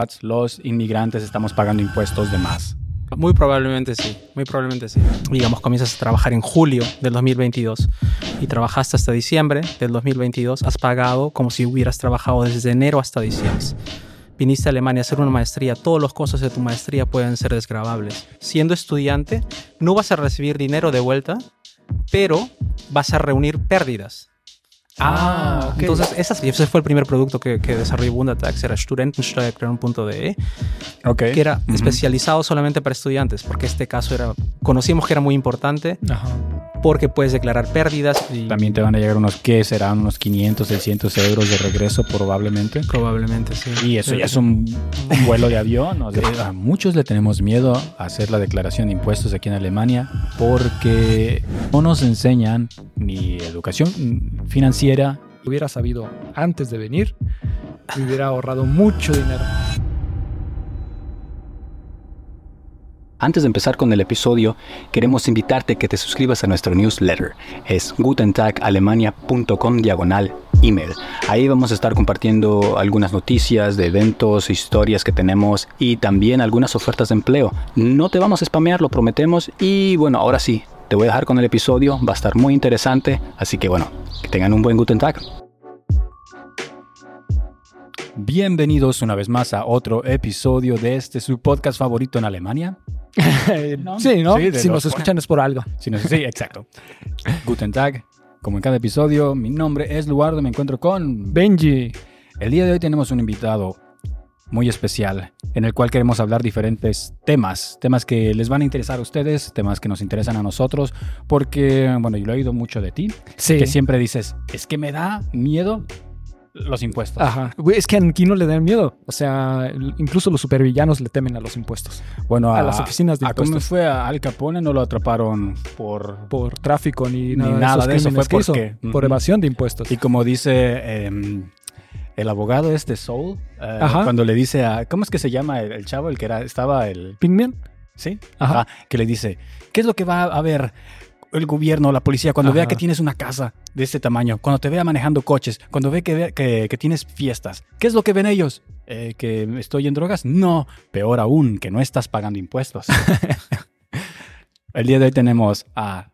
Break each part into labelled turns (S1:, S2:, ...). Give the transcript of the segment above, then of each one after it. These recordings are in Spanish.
S1: los inmigrantes estamos pagando impuestos de más.
S2: Muy probablemente sí, muy probablemente sí. Digamos, comienzas a trabajar en julio del 2022 y trabajaste hasta diciembre del 2022, has pagado como si hubieras trabajado desde enero hasta diciembre. Viniste a Alemania a hacer una maestría, todos los costos de tu maestría pueden ser desgravables. Siendo estudiante, no vas a recibir dinero de vuelta, pero vas a reunir pérdidas.
S1: Okay.
S2: Entonces ese fue el primer producto que desarrolló Bundetax, era Studentensteuererklärung.de,
S1: Okay.
S2: que era especializado solamente para estudiantes, porque este caso conocimos que era muy importante.
S1: Ajá.
S2: Porque puedes declarar pérdidas. Y
S1: también te van a llegar unos 500, 600 euros de regreso probablemente.
S2: Probablemente, sí.
S1: Y eso ya es un vuelo de avión. O sea, a muchos le tenemos miedo a hacer la declaración de impuestos aquí en Alemania porque no nos enseñan ni educación financiera.
S3: Hubiera sabido antes de venir, me hubiera ahorrado mucho dinero.
S1: Antes de empezar con el episodio, queremos invitarte a que te suscribas a nuestro newsletter. Es gutentagalemania.com/email. Ahí vamos a estar compartiendo algunas noticias de eventos, historias que tenemos y también algunas ofertas de empleo. No te vamos a spamear, lo prometemos. Y bueno, ahora sí, te voy a dejar con el episodio. Va a estar muy interesante. Así que bueno, que tengan un buen Guten Tag. Bienvenidos una vez más a otro episodio de su podcast favorito en Alemania.
S3: ¿No? Sí, ¿no?
S1: Sí,
S3: si nos escuchan es por algo.
S1: Sí, exacto. Guten Tag. Como en cada episodio, mi nombre es Luardo y me encuentro con
S3: Benji.
S1: El día de hoy tenemos un invitado muy especial en el cual queremos hablar diferentes temas que les van a interesar a ustedes, temas que nos interesan a nosotros, porque, bueno, yo lo he oído mucho de ti,
S3: sí.
S1: Que siempre dices, es que me da miedo los impuestos.
S3: Ajá. Es que aquí no le dan miedo. O sea, incluso los supervillanos le temen a los impuestos.
S1: Bueno,
S3: a las oficinas de impuestos.
S1: ¿Cómo fue a Al Capone? No lo atraparon por
S3: tráfico ni nada de eso. Fue por evasión de impuestos.
S1: Y como dice el abogado Soul, cuando le dice a... ¿Cómo es que se llama el chavo? El que estaba el...
S3: ¿Pinkman?
S1: Sí. Ajá. Que le dice, ¿qué es lo que va a ver el gobierno, la policía, cuando vea que tienes una casa de este tamaño, cuando te vea manejando coches, cuando ve que tienes fiestas? ¿Qué es lo que ven ellos? ¿Que estoy en drogas? No, peor aún, que no estás pagando impuestos. El día de hoy tenemos a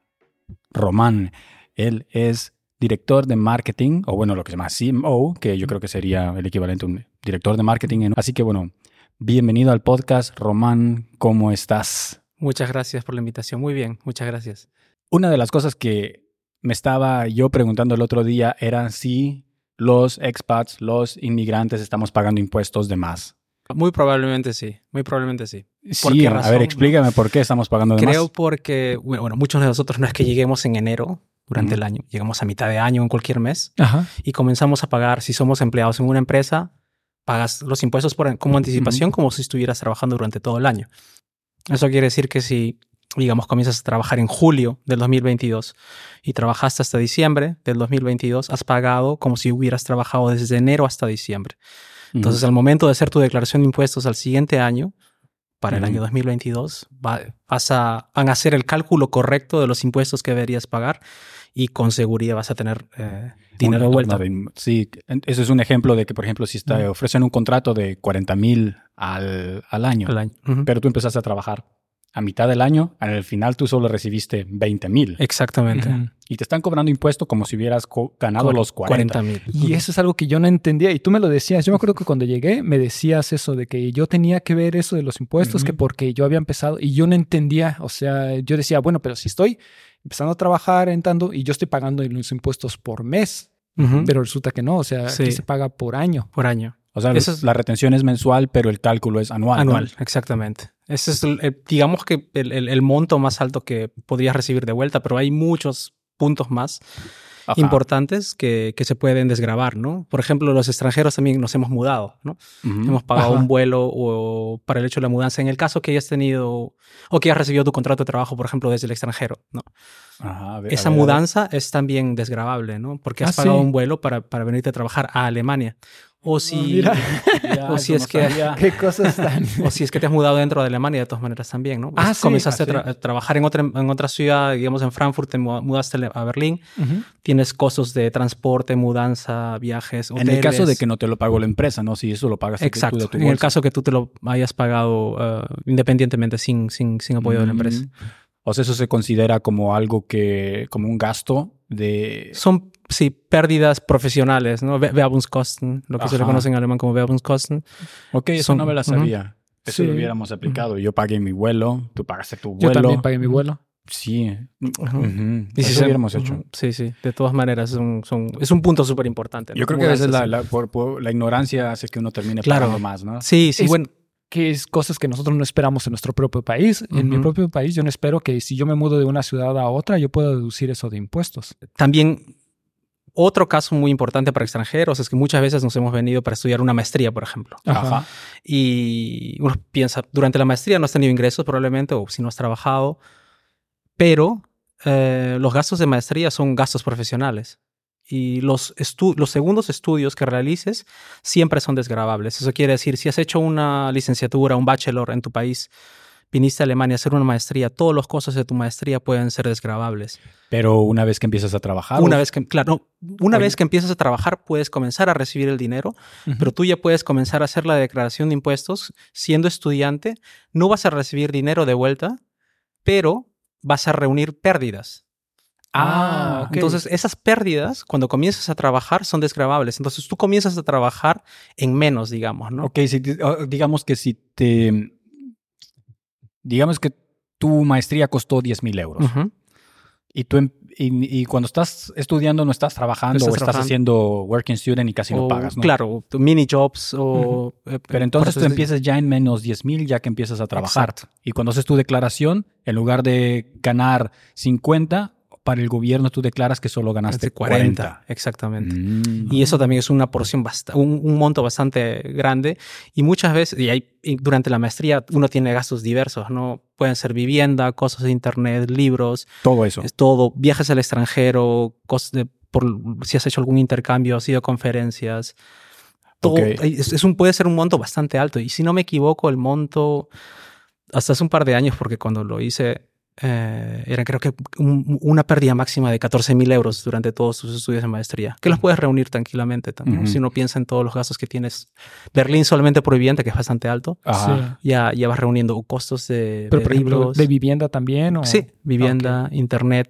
S1: Román. Él es director de marketing, o bueno, lo que se llama CMO, que yo creo que sería el equivalente a un director de marketing. Así que bueno, bienvenido al podcast. Román, ¿cómo estás?
S2: Muchas gracias por la invitación. Muy bien, muchas gracias.
S1: Una de las cosas que me estaba yo preguntando el otro día era si los expats, los inmigrantes, estamos pagando impuestos de más.
S2: Muy probablemente sí, muy probablemente sí.
S1: ¿Por qué razón? A ver, explícame por qué estamos pagando de más.
S2: Creo porque, bueno, muchos de nosotros no es que lleguemos en enero durante el año, llegamos a mitad de año en cualquier mes y comenzamos a pagar, si somos empleados en una empresa, pagas los impuestos como anticipación como si estuvieras trabajando durante todo el año. Eso quiere decir que si, digamos, comienzas a trabajar en julio del 2022 y trabajaste hasta diciembre del 2022, has pagado como si hubieras trabajado desde enero hasta diciembre. Entonces, al momento de hacer tu declaración de impuestos al siguiente año, para el año 2022, van a hacer el cálculo correcto de los impuestos que deberías pagar y con seguridad vas a tener dinero de vuelta.
S1: Sí, eso es un ejemplo de que, por ejemplo, si te ofrecen un contrato de 40,000 al año, pero tú empezaste a trabajar a mitad del año, al final tú solo recibiste 20,000.
S2: Exactamente.
S1: Y te están cobrando impuesto como si hubieras ganado los 40,000.
S3: Y eso es algo que yo no entendía. Y tú me lo decías. Yo me acuerdo que cuando llegué me decías eso de que yo tenía que ver eso de los impuestos, que porque yo había empezado y yo no entendía. O sea, yo decía, bueno, pero si estoy empezando a trabajar, entrando y yo estoy pagando los impuestos por mes, pero resulta que no. O sea, aquí se paga por año.
S2: Por año.
S1: O sea, la retención es mensual, pero el cálculo es anual.
S2: Anual,
S1: ¿no?
S2: Exactamente. Ese es, digamos que el monto más alto que podrías recibir de vuelta, pero hay muchos puntos más importantes que se pueden desgravar, ¿no? Por ejemplo, los extranjeros también nos hemos mudado, ¿no? Hemos pagado un vuelo o para el hecho de la mudanza. En el caso que hayas tenido o que hayas recibido tu contrato de trabajo, por ejemplo, desde el extranjero, ¿no? Esa mudanza es también desgravable, ¿no? Porque has pagado un vuelo para venirte a trabajar a Alemania. O si, o si es que
S3: qué cosas tan...
S2: o si es que te has mudado dentro de Alemania, de todas maneras también, ¿no?
S3: Sí,
S2: comenzaste a trabajar en otra ciudad, digamos en Frankfurt, te mudaste a Berlín, tienes costos de transporte, mudanza, viajes, hoteles.
S1: En el caso de que no te lo pagó la empresa, ¿no? Si eso lo pagas
S2: exacto,
S1: tú de tu
S2: en
S1: bolsa.
S2: el caso que tú te lo hayas pagado independientemente, sin apoyo de la empresa.
S1: O sea, eso se considera como algo como un gasto de...
S2: Son, sí, pérdidas profesionales, ¿no? Werbungskosten, lo que se le conoce en alemán como Werbungskosten.
S1: Ok, eso no me la sabía. Eso lo hubiéramos aplicado. Yo pagué mi vuelo, tú pagaste tu vuelo.
S3: Yo también pagué mi vuelo.
S1: Sí.
S2: Y
S1: si
S2: eso
S1: hubiéramos hecho.
S2: Sí, sí. De todas maneras, es un punto súper importante, ¿no?
S1: Yo creo que a veces la ignorancia hace que uno termine pagando más, ¿no?
S2: Sí, sí, bueno.
S3: Que es cosas que nosotros no esperamos en nuestro propio país. En mi propio país yo no espero que si yo me mudo de una ciudad a otra, yo pueda deducir eso de impuestos.
S2: También otro caso muy importante para extranjeros es que muchas veces nos hemos venido para estudiar una maestría, por ejemplo.
S1: Ajá.
S2: Y uno piensa, durante la maestría no has tenido ingresos probablemente o si no has trabajado, pero los gastos de maestría son gastos profesionales. Y los segundos estudios que realices siempre son desgravables. Eso quiere decir, si has hecho una licenciatura, un bachelor en tu país, viniste a Alemania a hacer una maestría, todos los costos de tu maestría pueden ser desgravables.
S1: Pero una vez que empiezas a trabajar...
S2: Una vez que empiezas a trabajar, puedes comenzar a recibir el dinero, pero tú ya puedes comenzar a hacer la declaración de impuestos. Siendo estudiante, no vas a recibir dinero de vuelta, pero vas a reunir pérdidas.
S3: Okay.
S2: Entonces esas pérdidas, cuando comienzas a trabajar, son desgravables. Entonces tú comienzas a trabajar en menos, digamos, ¿no?
S1: Ok, digamos que tu maestría costó 10,000 euros. Y cuando estás estudiando no estás trabajando o estás haciendo working student y casi no pagas, ¿no?
S2: Claro, mini jobs
S1: pero entonces tú empiezas ya en menos 10,000 ya que empiezas a trabajar. Exacto. Y cuando haces tu declaración, en lugar de ganar 50... para el gobierno tú declaras que solo ganaste 40.
S2: Exactamente. Y eso también es una porción, un monto bastante grande. Y muchas veces, durante la maestría, uno tiene gastos diversos, ¿no? Pueden ser vivienda, cosas de internet, libros.
S1: Todo eso.
S2: Todo, viajes al extranjero, si has hecho algún intercambio, has ido a conferencias. Todo, puede ser un monto bastante alto. Y si no me equivoco, el monto, hasta hace un par de años, porque cuando lo hice... era creo que una pérdida máxima de 14,000 euros durante todos tus estudios de maestría, que los puedes reunir tranquilamente también, si uno piensa en todos los gastos que tienes. Berlín solamente por vivienda, que es bastante alto, ya vas reuniendo costos de libros.
S3: ¿De vivienda también? ¿O?
S2: Sí, vivienda, internet,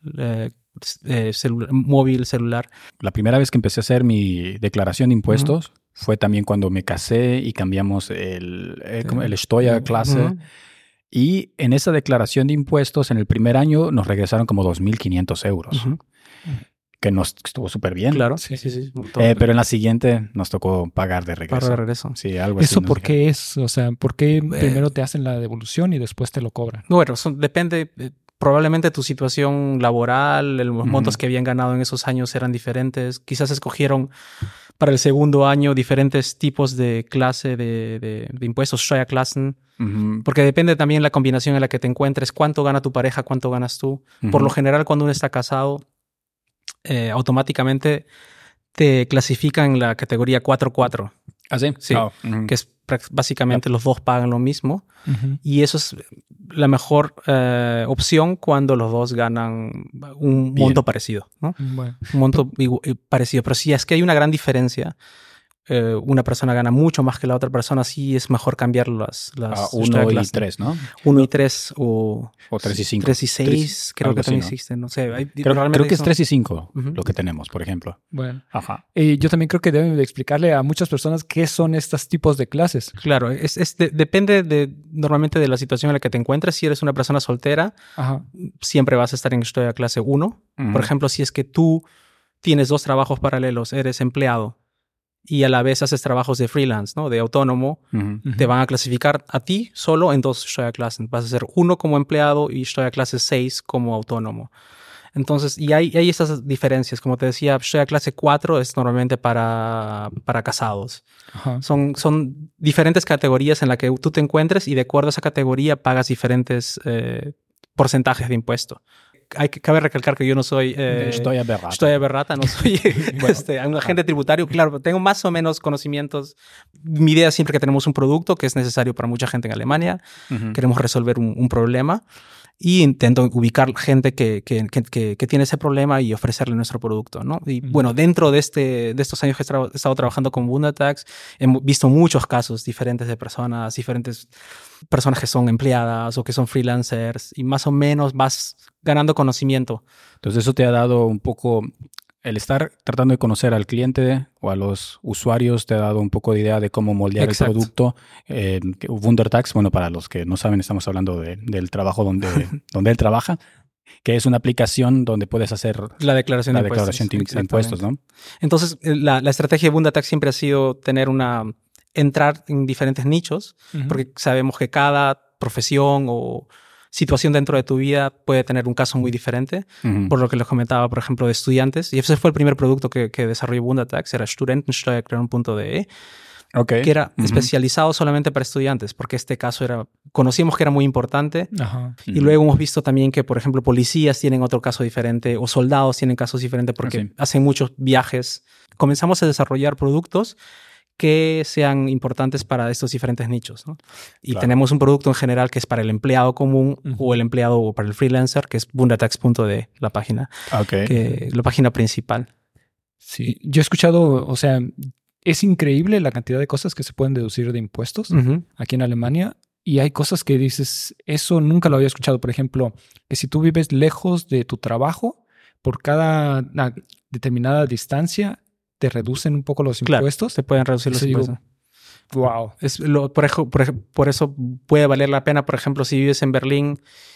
S2: móvil, celular.
S1: La primera vez que empecé a hacer mi declaración de impuestos fue también cuando me casé y cambiamos el Steuerklasse. Y en esa declaración de impuestos, en el primer año, nos regresaron como 2,500 euros. Que nos estuvo súper bien.
S2: Claro, sí.
S1: Pero en la siguiente nos tocó pagar de regreso.
S2: Pagar de regreso.
S1: Sí, algo así.
S3: ¿Eso por qué es? O sea, ¿por qué primero te hacen la devolución y después te lo cobran?
S2: Bueno, depende... Probablemente tu situación laboral, los montos que habían ganado en esos años eran diferentes. Quizás escogieron para el segundo año diferentes tipos de clase de impuestos, Steuerklassen, porque depende también la combinación en la que te encuentres, cuánto gana tu pareja, cuánto ganas tú. Por lo general, cuando uno está casado, automáticamente te clasifican en la categoría 4-4.
S1: ¿Ah, sí?
S2: Sí, que es básicamente los dos pagan lo mismo. Y eso es la mejor opción cuando los dos ganan un monto parecido, ¿no?
S3: Bueno.
S2: Un monto parecido. Pero si es que hay una gran diferencia, una persona gana mucho más que la otra persona, sí es mejor cambiar las
S1: 1 y 3, ¿no?
S2: 1 y 3 o
S1: 3 y 5.
S2: 3 y 6, creo que también existen. No sé.
S1: Creo que es 3 y 5 lo que tenemos, por ejemplo.
S3: Bueno. Ajá. Yo también creo que deben de explicarle a muchas personas qué son estos tipos de clases.
S2: Claro, depende normalmente de la situación en la que te encuentres. Si eres una persona soltera, siempre vas a estar en Steuerklasse 1. Por ejemplo, si es que tú tienes 2 trabajos paralelos, eres empleado, y a la vez haces trabajos de freelance, ¿no? De autónomo, te van a clasificar a ti solo en 2 Steuerklassen. Vas a ser 1 como empleado y Steuerklasse 6 como autónomo. Entonces, y hay esas diferencias. Como te decía, Steuerklasse 4 es normalmente para casados. Son diferentes categorías en las que tú te encuentres y de acuerdo a esa categoría pagas diferentes porcentajes de impuesto. cabe recalcar que yo no soy... Steuerberater, no soy un agente tributario. Claro, tengo más o menos conocimientos. Mi idea es siempre que tenemos un producto que es necesario para mucha gente en Alemania, queremos resolver un problema y intento ubicar gente que tiene ese problema y ofrecerle nuestro producto, ¿no? Y bueno, dentro de estos años que he estado trabajando con Wundertax, he visto muchos casos diferentes de diferentes personas que son empleadas o que son freelancers, y más o menos vas ganando conocimiento.
S1: Entonces eso te ha dado un poco, el estar tratando de conocer al cliente o a los usuarios, te ha dado un poco de idea de cómo moldear el producto. Wundertax, bueno, para los que no saben, estamos hablando del trabajo donde él trabaja, que es una aplicación donde puedes hacer
S2: la declaración de
S1: impuestos, ¿no?
S2: Entonces, la estrategia de Wundertax siempre ha sido entrar en diferentes nichos, porque sabemos que cada profesión o situación dentro de tu vida puede tener un caso muy diferente, por lo que les comentaba, por ejemplo, de estudiantes. Y ese fue el primer producto que desarrolló Wundertax, era Studentensteuererklärung.de, que era especializado solamente para estudiantes, porque este caso conocíamos que era muy importante. Y luego hemos visto también que, por ejemplo, policías tienen otro caso diferente o soldados tienen casos diferentes porque hacen muchos viajes. Comenzamos a desarrollar productos que sean importantes para estos diferentes nichos, ¿no? Y tenemos un producto en general que es para el empleado común o el empleado o para el freelancer, que es Wundertax.de, la página, la página principal.
S3: Sí, yo he escuchado, o sea, es increíble la cantidad de cosas que se pueden deducir de impuestos aquí en Alemania, y hay cosas que dices, eso nunca lo había escuchado. Por ejemplo, que si tú vives lejos de tu trabajo, por cada determinada distancia, te reducen un poco los impuestos.
S2: Se pueden reducir los impuestos.
S3: Wow.
S2: Por eso puede valer la pena, por ejemplo, si vives en Berlín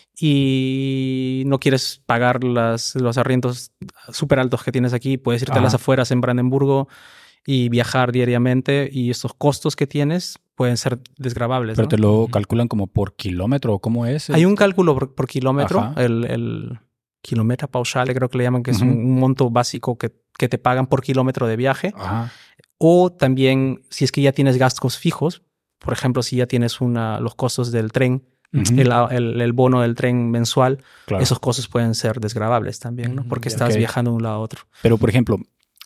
S2: y no quieres pagar los arriendos súper altos que tienes aquí, puedes irte a las afueras en Brandenburgo y viajar diariamente, y estos costos que tienes pueden ser desgravables.
S1: ¿Pero
S2: ¿no?
S1: te lo calculan como por kilómetro? ¿Cómo es?
S2: Hay un cálculo por kilómetro, el kilómetro pauschale, creo que le llaman, que es un monto básico que te pagan por kilómetro de viaje. O también, si es que ya tienes gastos fijos, por ejemplo, si ya tienes los costos del tren, el bono del tren mensual, esos costos pueden ser desgravables también, ¿no? Porque estás viajando de un lado a otro.
S1: Pero, por ejemplo,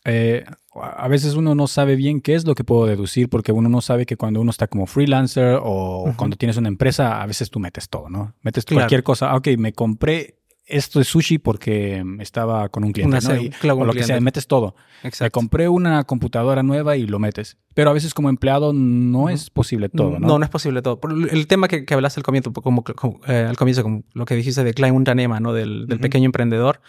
S1: a veces uno no sabe bien qué es lo que puedo deducir, porque uno no sabe que cuando uno está como freelancer o cuando tienes una empresa, a veces tú metes todo, ¿no? Metes cualquier cosa. Ok, me compré esto de sushi porque estaba con un cliente, ¿no? O lo que sea, metes todo.
S2: Exacto.
S1: Me compré una computadora nueva y lo metes. Pero a veces como empleado no es posible todo, ¿no?
S2: No es posible todo. El tema que hablaste al comienzo, como lo que dijiste de Klein Unternehmer, ¿no? Del pequeño emprendedor,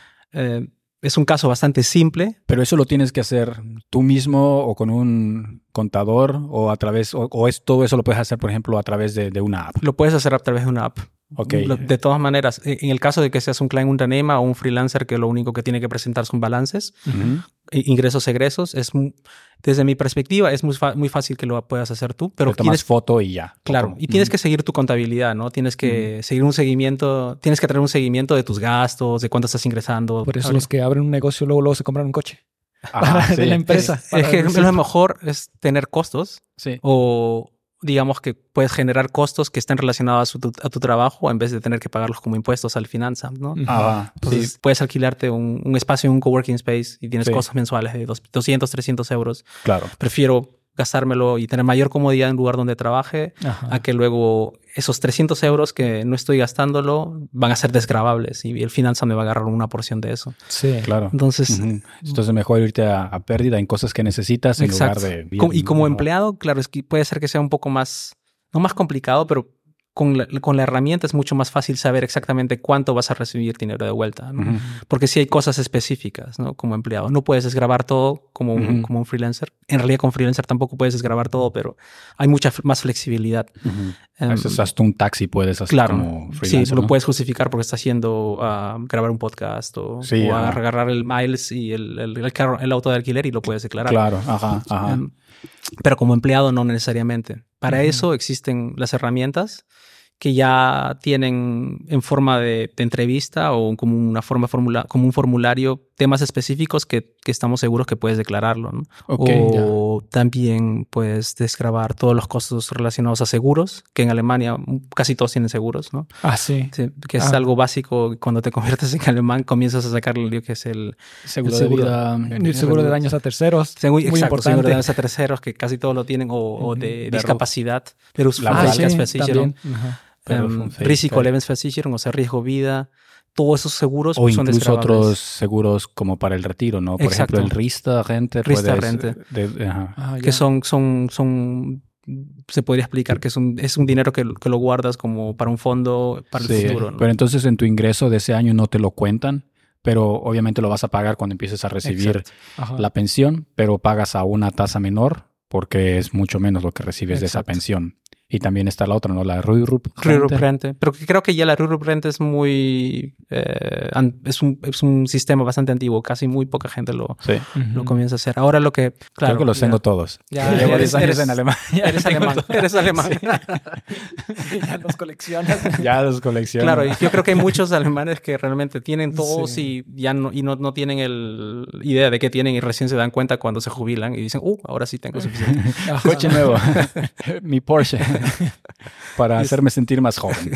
S2: es un caso bastante simple.
S1: Pero eso lo tienes que hacer tú mismo o con un contador o a través, o es todo eso lo puedes hacer, por ejemplo, a través de una app.
S2: Lo puedes hacer a través de una app.
S1: Okay.
S2: De todas maneras, en el caso de que seas un Klein Unternehmer o un freelancer que lo único que tiene que presentar son balances, ingresos, egresos, desde mi perspectiva es muy fácil que lo puedas hacer tú, pero
S1: tienes foto y ya.
S2: Claro, y tienes que seguir tu contabilidad, ¿no? Tienes que seguir un seguimiento, tienes que tener un seguimiento de tus gastos, de cuánto estás ingresando.
S3: Por eso los que abren un negocio luego se compran un coche. De la empresa.
S2: Es que lo mejor es tener costos o digamos que puedes generar costos que estén relacionados a tu trabajo en vez de tener que pagarlos como impuestos al Finanzamt, ¿no? Entonces puedes alquilarte un espacio en un coworking space y tienes costos mensuales de 200, 300 euros.
S1: Claro.
S2: Prefiero gastármelo y tener mayor comodidad en el lugar donde trabaje a que luego esos 300 euros que no estoy gastándolo van a ser desgravables y el Finanzamt me va a agarrar una porción de eso.
S1: Sí, claro.
S2: Entonces
S1: es mejor irte a pérdida en cosas que necesitas en lugar de...
S2: Y como empleado, claro, es que puede ser que sea un poco más, no más complicado, pero con la herramienta es mucho más fácil saber exactamente cuánto vas a recibir dinero de vuelta, ¿no? Porque sí hay cosas específicas, ¿no? Como empleado. No puedes desgravar todo como un freelancer. En realidad con freelancer tampoco puedes desgravar todo, pero hay mucha más flexibilidad.
S1: A veces hasta un taxi puedes hacer como freelancer.
S2: Sí, lo puedes justificar porque está haciendo grabar un podcast o agarrar el miles y el auto de alquiler y lo puedes declarar.
S1: Claro,
S2: pero como empleado no necesariamente. Para eso existen las herramientas que ya tienen en forma de entrevista o como una forma como un formulario temas específicos que estamos seguros que puedes declararlo, ¿no? También puedes desgravar todos los costos relacionados a seguros, que en Alemania casi todos tienen seguros, ¿no?
S3: Sí.
S2: Que es algo básico. Cuando te conviertes en alemán, comienzas a sacar lo que es el
S1: seguro de vida.
S3: El seguro de daños a terceros.
S2: Muy importante. Seguro de daños a terceros, que casi todos lo tienen, o de discapacidad.
S3: Berufskrankheitsversicherung.
S2: Risikolebensversicherung, o sea, riesgo vida. Todos esos seguros
S1: o
S2: son
S1: incluso otros seguros como para el retiro, ¿no? Por ejemplo, el Riester-Rente.
S2: Que son se podría explicar que es un dinero que lo guardas como para un fondo para el futuro, ¿no?
S1: Pero entonces en tu ingreso de ese año no te lo cuentan, pero obviamente lo vas a pagar cuando empieces a recibir la pensión, pero pagas a una tasa menor porque es mucho menos lo que recibes de esa pensión. Y también está la otra, ¿no? La
S2: Rürup-Rente. Pero creo que ya la Rürup-Rente es muy... es un sistema bastante antiguo. Casi muy poca gente lo comienza a hacer. Ahora lo que... Claro,
S1: creo que los tengo todos.
S2: Llevo 10 años en Alemania. Eres alemán.
S3: Ya los coleccionas.
S2: Claro, y yo creo que hay muchos alemanes que realmente tienen todos y ya no tienen el idea de qué tienen y recién se dan cuenta cuando se jubilan y dicen, ahora sí tengo suficiente.
S1: Coche nuevo. Mi Porsche. Para hacerme sentir más joven.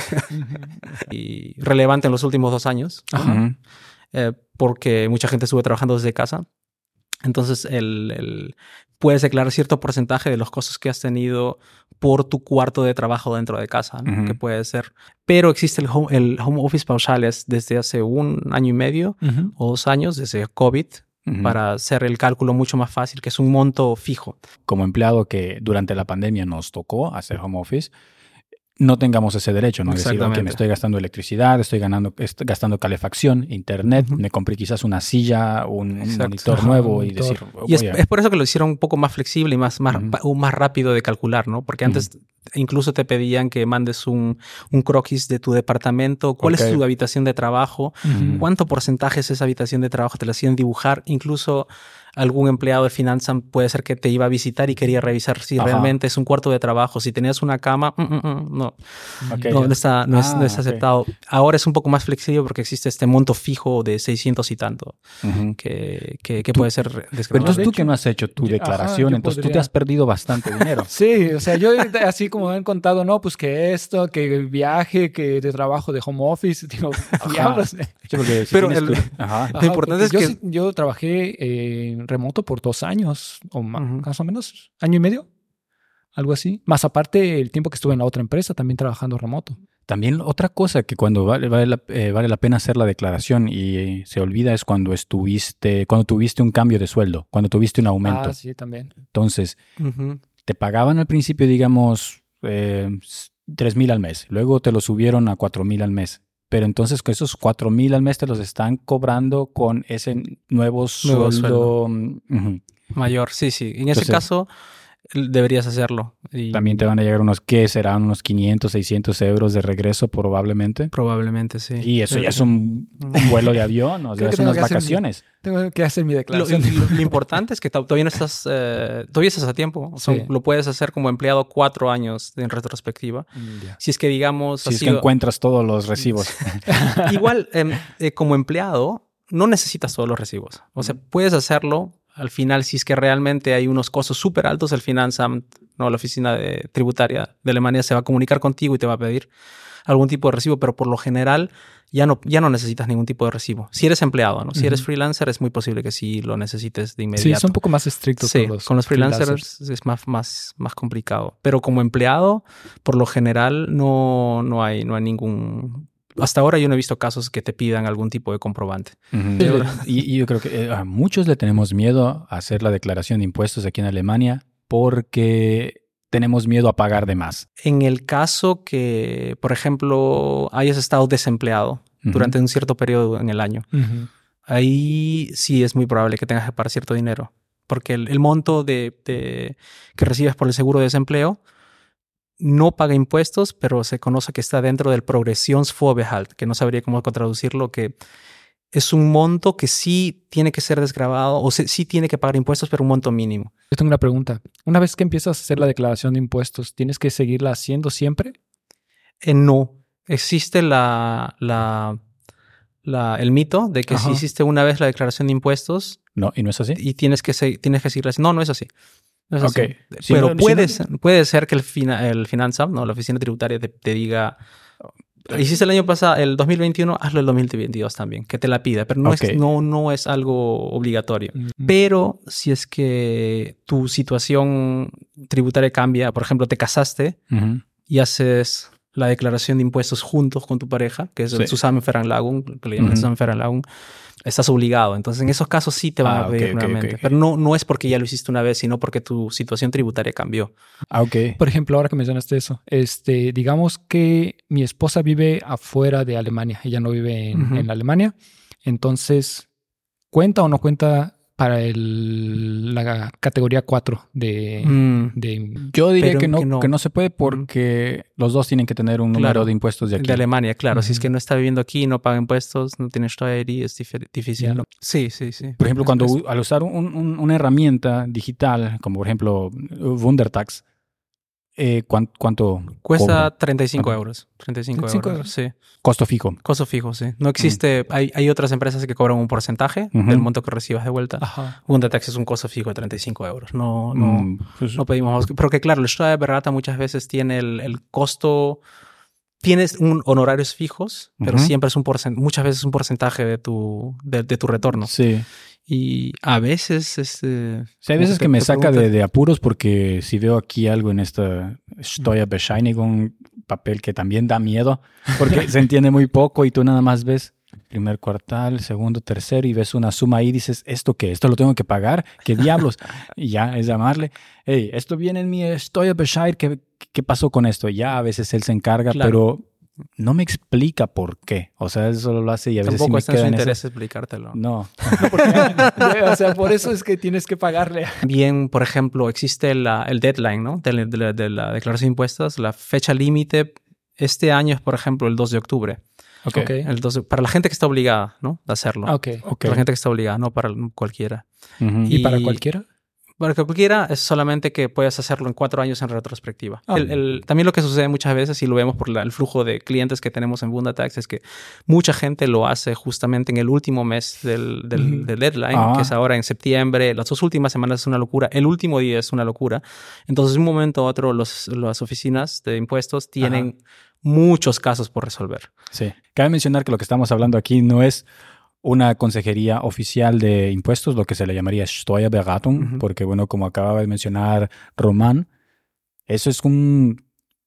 S2: Y relevante en los últimos 2 años. Porque mucha gente estuvo trabajando desde casa. Entonces, puedes declarar cierto porcentaje de los costos que has tenido por tu cuarto de trabajo dentro de casa, ¿no? Que puede ser. Pero existe el home office pausales desde hace 1 año y medio o 2 años, desde COVID, para hacer el cálculo mucho más fácil, que es un monto fijo.
S1: Como empleado que durante la pandemia nos tocó hacer home office, no tengamos ese derecho, ¿no? Decir, que me estoy gastando electricidad, estoy gastando calefacción, internet, me compré quizás una silla, un monitor nuevo y decir...
S2: Y es por eso que lo hicieron un poco más flexible y más rápido de calcular, ¿no? Porque antes incluso te pedían que mandes un croquis de tu departamento, cuál es tu habitación de trabajo, cuánto porcentaje es esa habitación de trabajo, te la hacían dibujar, incluso... Algún empleado de finanzas puede ser que te iba a visitar y quería revisar si realmente es un cuarto de trabajo. Si tenías una cama, no es aceptado. Ahora es un poco más flexible porque existe este monto fijo de 600 y tanto que puede ser desgrabado.
S1: Pero entonces tú que no has hecho tu declaración, entonces tú te has perdido bastante dinero.
S3: Sí, o sea, yo así como me han contado, no, pues que esto, que el viaje, que de trabajo de home office, digo, diablos.
S2: Pero lo importante es que
S3: yo trabajé remoto por 2 años o más o menos, 1 año y medio, algo así. Más aparte el tiempo que estuve en la otra empresa también trabajando remoto.
S1: También otra cosa que cuando vale la pena hacer la declaración y se olvida es cuando tuviste un cambio de sueldo, cuando tuviste un aumento.
S3: Sí, también.
S1: Entonces, te pagaban al principio, digamos, 3,000 al mes. Luego te lo subieron a 4,000 al mes. Pero entonces con esos 4,000 al mes te los están cobrando con ese nuevo sueldo.
S2: Mayor. Sí. En ese caso deberías hacerlo. Y
S1: también te van a llegar unos 500, 600 euros de regreso probablemente.
S2: Probablemente, sí.
S1: Y eso ya es un vuelo de avión, o sea, son unas vacaciones.
S3: Tengo que hacer mi declaración.
S2: Lo importante es que todavía no estás, todavía estás a tiempo. Lo puedes hacer como empleado 4 años en retrospectiva. Si es que digamos...
S1: Si es que encuentras todos los recibos.
S2: Igual, como empleado, no necesitas todos los recibos. O sea, puedes hacerlo al final si es que realmente hay unos costos súper altos. El Finanzamt, la oficina tributaria de Alemania se va a comunicar contigo y te va a pedir algún tipo de recibo, pero por lo general ya no necesitas ningún tipo de recibo. Si eres empleado, ¿no? Si eres freelancer, es muy posible que sí lo necesites de inmediato.
S3: Sí, es un poco más estricto.
S2: Con los freelancers es más complicado. Pero como empleado, por lo general, no hay ningún... Hasta ahora yo no he visto casos que te pidan algún tipo de comprobante.
S1: Y yo creo que a muchos le tenemos miedo a hacer la declaración de impuestos aquí en Alemania porque... tenemos miedo a pagar de más.
S2: En el caso que, por ejemplo, hayas estado desempleado durante un cierto periodo en el año, ahí sí es muy probable que tengas que pagar cierto dinero. Porque el monto que recibes por el seguro de desempleo no paga impuestos, pero se conoce que está dentro del Progressionsvorbehalt, que no sabría cómo traducirlo, que es un monto que sí tiene que ser desgravado o sí tiene que pagar impuestos, pero un monto mínimo.
S3: Yo tengo una pregunta. Una vez que empiezas a hacer la declaración de impuestos, ¿tienes que seguirla haciendo siempre?
S2: No. Existe la el mito de que si hiciste una vez la declaración de impuestos...
S1: No, y no es así.
S2: Y tienes que seguir así. No es así. No es así.
S1: Sí,
S2: pero puede ser que el Finanzamt, ¿no? La oficina tributaria te diga... Hiciste el año pasado, el 2021, hazlo el 2022 también, que te la pida, pero no es algo obligatorio. Pero si es que tu situación tributaria cambia, por ejemplo, te casaste y haces la declaración de impuestos juntos con tu pareja, que es el Zusammenveranlagung, que le llaman Zusammenveranlagung, estás obligado. Entonces, en esos casos sí te van a pedir nuevamente. Pero no es porque ya lo hiciste una vez, sino porque tu situación tributaria cambió.
S3: Por ejemplo, ahora que mencionaste eso, digamos que mi esposa vive afuera de Alemania. Ella no vive en Alemania. Entonces, ¿cuenta o no cuenta para la categoría 4
S1: Yo diría que no se puede porque los dos tienen que tener un número de impuestos de aquí.
S2: De Alemania, claro. Si es que no está viviendo aquí, no paga impuestos, no tiene Steuer-ID, es difícil. Yeah. Sí.
S1: Por ejemplo, al usar una herramienta digital, como por ejemplo Wundertax, ¿cuánto
S2: cuesta?
S1: cobra?
S2: 35 euros. 35 euros, sí.
S1: Costo fijo.
S2: Costo fijo, sí. No existe... Hay otras empresas que cobran un porcentaje del monto que recibas de vuelta. Wundertax es un costo fijo de 35 euros. No pedimos... Porque claro, el Steuerberater muchas veces tiene el costo... Tienes honorarios fijos, pero siempre es muchas veces un porcentaje de tu retorno.
S1: Sí.
S2: Y a veces...
S1: hay veces que me saca de apuros porque si veo aquí algo en esta Steuerbescheinigung, papel que también da miedo, porque se entiende muy poco y tú nada más ves primer cuartal, segundo, tercero y ves una suma ahí y dices, ¿esto qué? ¿Esto lo tengo que pagar? ¿Qué diablos? Y ya es llamarle, hey, esto viene en mi Steuerbescheid, ¿qué pasó con esto? Ya a veces él se encarga, pero... no me explica por qué. O sea, él solo lo hace y a veces sí me queda en eso.
S2: Tampoco está en su interés explicártelo.
S1: No.
S3: O sea, por eso es que tienes que pagarle.
S2: Bien, por ejemplo, existe el deadline, ¿no? De la declaración de impuestos. La fecha límite este año es, por ejemplo, el 2 de octubre. Para la gente que está obligada, ¿no? De hacerlo. Para la gente que está obligada, no para cualquiera.
S3: ¿Y para cualquiera?
S2: Para cualquiera es solamente que puedes hacerlo en 4 años en retrospectiva. También lo que sucede muchas veces, y lo vemos por el flujo de clientes que tenemos en Wundertax, es que mucha gente lo hace justamente en el último mes del deadline, que es ahora en septiembre. Las 2 últimas semanas es una locura. El último día es una locura. Entonces, de un momento a otro, las oficinas de impuestos tienen muchos casos por resolver.
S1: Sí. Cabe mencionar que lo que estamos hablando aquí no es una consejería oficial de impuestos, lo que se le llamaría Steuerberatung, porque bueno, como acababa de mencionar Román, eso es un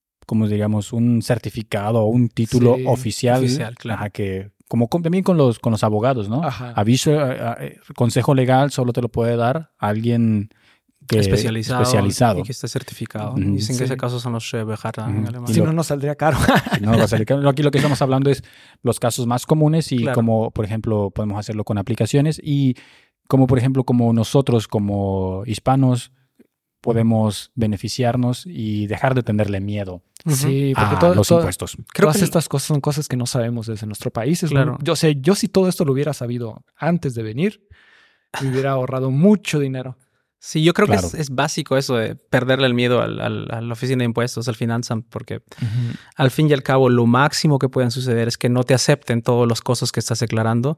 S1: certificado o un título oficial claro. Que como también con los abogados, ¿no? Aviso, consejo legal solo te lo puede dar alguien que especializado
S2: y que esté certificado. Dicen que ese caso son los Steuerberater en Alemania.
S3: Si no, nos saldría caro.
S1: No va a salir caro. Aquí lo que estamos hablando es los casos más comunes y como, por ejemplo, podemos hacerlo con aplicaciones y como, por ejemplo, como nosotros como hispanos podemos beneficiarnos y dejar de tenerle miedo a los impuestos.
S3: Todas estas cosas son cosas que no sabemos desde nuestro país. Claro. Yo si todo esto lo hubiera sabido antes de venir, me hubiera ahorrado mucho dinero.
S2: Sí, yo creo que es básico eso de perderle el miedo a la oficina de impuestos, al Finanzamt, porque al fin y al cabo lo máximo que pueden suceder es que no te acepten todos los costos que estás declarando,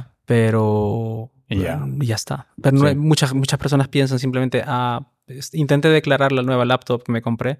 S2: pero ya está. Pero muchas personas piensan simplemente, intenté declarar la nueva laptop que me compré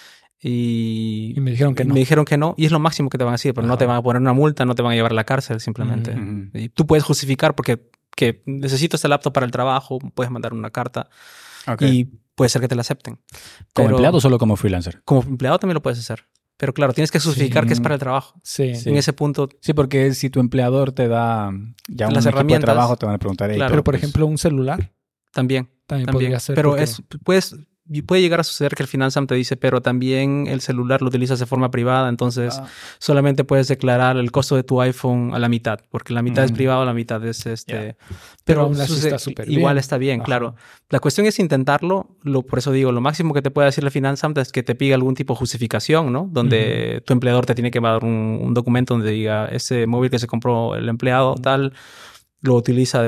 S2: y
S3: me dijeron que no.
S2: Me dijeron que no y es lo máximo que te van a decir, pero no te van a poner una multa, no te van a llevar a la cárcel simplemente. Y tú puedes justificar que necesito esta laptop para el trabajo, puedes mandar una carta y puede ser que te la acepten.
S1: ¿Como empleado o solo como freelancer?
S2: Como empleado también lo puedes hacer. Pero claro, tienes que justificar que es para el trabajo. En ese punto...
S1: Sí, porque si tu empleador te da ya un equipo de trabajo, te van a preguntar...
S3: Pero, por ejemplo, un celular...
S2: También
S3: podría ser.
S2: Pero puede llegar a suceder que el Finanzamt te dice, pero también el celular lo utilizas de forma privada, entonces solamente puedes declarar el costo de tu iPhone a la mitad, porque la mitad es privado, la mitad es
S3: Pero aún así está súper bien.
S2: Igual está bien, claro. La cuestión es intentarlo, por eso digo, lo máximo que te puede decir el Finanzamt es que te pida algún tipo de justificación, ¿no? Donde tu empleador te tiene que dar un documento donde diga, ese móvil que se compró el empleado tal, lo utiliza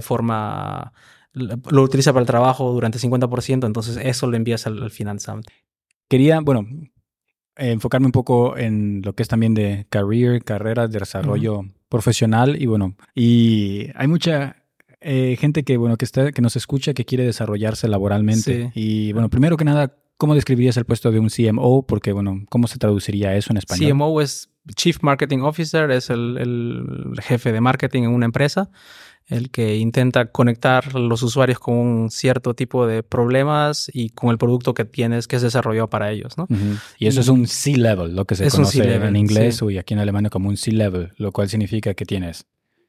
S2: lo utiliza para el trabajo durante 50%, entonces eso lo envías al Finanzamt.
S1: Quería, enfocarme un poco en lo que es también de carreras de desarrollo profesional y bueno, y hay mucha gente que, bueno, que nos escucha, que quiere desarrollarse laboralmente. Sí. Y bueno, primero que nada, ¿cómo describirías el puesto de un CMO? Porque, bueno, ¿cómo se traduciría eso en español?
S2: CMO es Chief Marketing Officer, es el jefe de marketing en una empresa, el que intenta conectar a los usuarios con un cierto tipo de problemas y con el producto que tienes, que es desarrollado para ellos, ¿no?
S1: Uh-huh. Y eso es un C-Level, lo que se conoce en inglés y aquí en Alemania como un C-Level, lo cual significa que tienes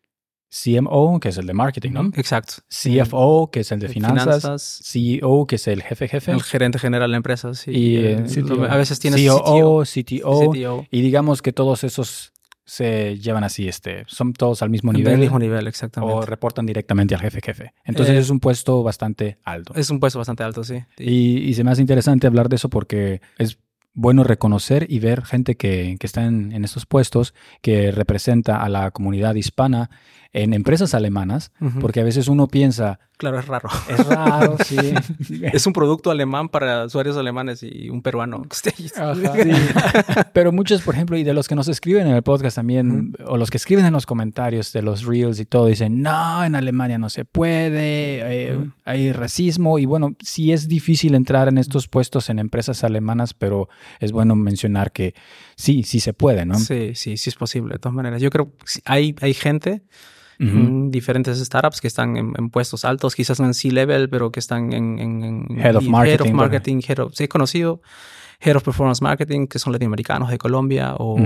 S1: CMO, que es el de marketing, ¿no?
S2: Exacto.
S1: CFO, que es el de finanzas. CEO, que es el jefe.
S2: El gerente general de la empresa, sí.
S1: Y
S2: a veces tienes
S1: COO, CTO. Y digamos que todos esos se llevan así, son todos al mismo nivel.
S2: Al mismo nivel, exactamente.
S1: O reportan directamente al jefe. Entonces es un puesto bastante alto.
S2: Es un puesto bastante alto, sí.
S1: Y se me hace interesante hablar de eso porque es bueno reconocer y ver gente que está en estos puestos, que representa a la comunidad hispana en empresas alemanas, uh-huh. Porque a veces uno piensa...
S2: Claro, es raro.
S1: Es raro, sí.
S2: Es un producto alemán para usuarios alemanes y un peruano.
S1: Ajá, sí. Pero muchos, por ejemplo, y de los que nos escriben en el podcast también, uh-huh. O los que escriben en los comentarios de los Reels y todo, dicen, no, en Alemania no se puede, uh-huh. Hay racismo. Y bueno, sí es difícil entrar en estos puestos en empresas alemanas, pero es bueno mencionar que sí se puede, ¿no?
S2: Sí es posible, de todas maneras. Yo creo que hay gente... Uh-huh. Diferentes startups que están en puestos altos, quizás no en C-Level, pero que están en
S1: Head of Marketing,
S2: he conocido Head of Performance Marketing, que son latinoamericanos de Colombia, o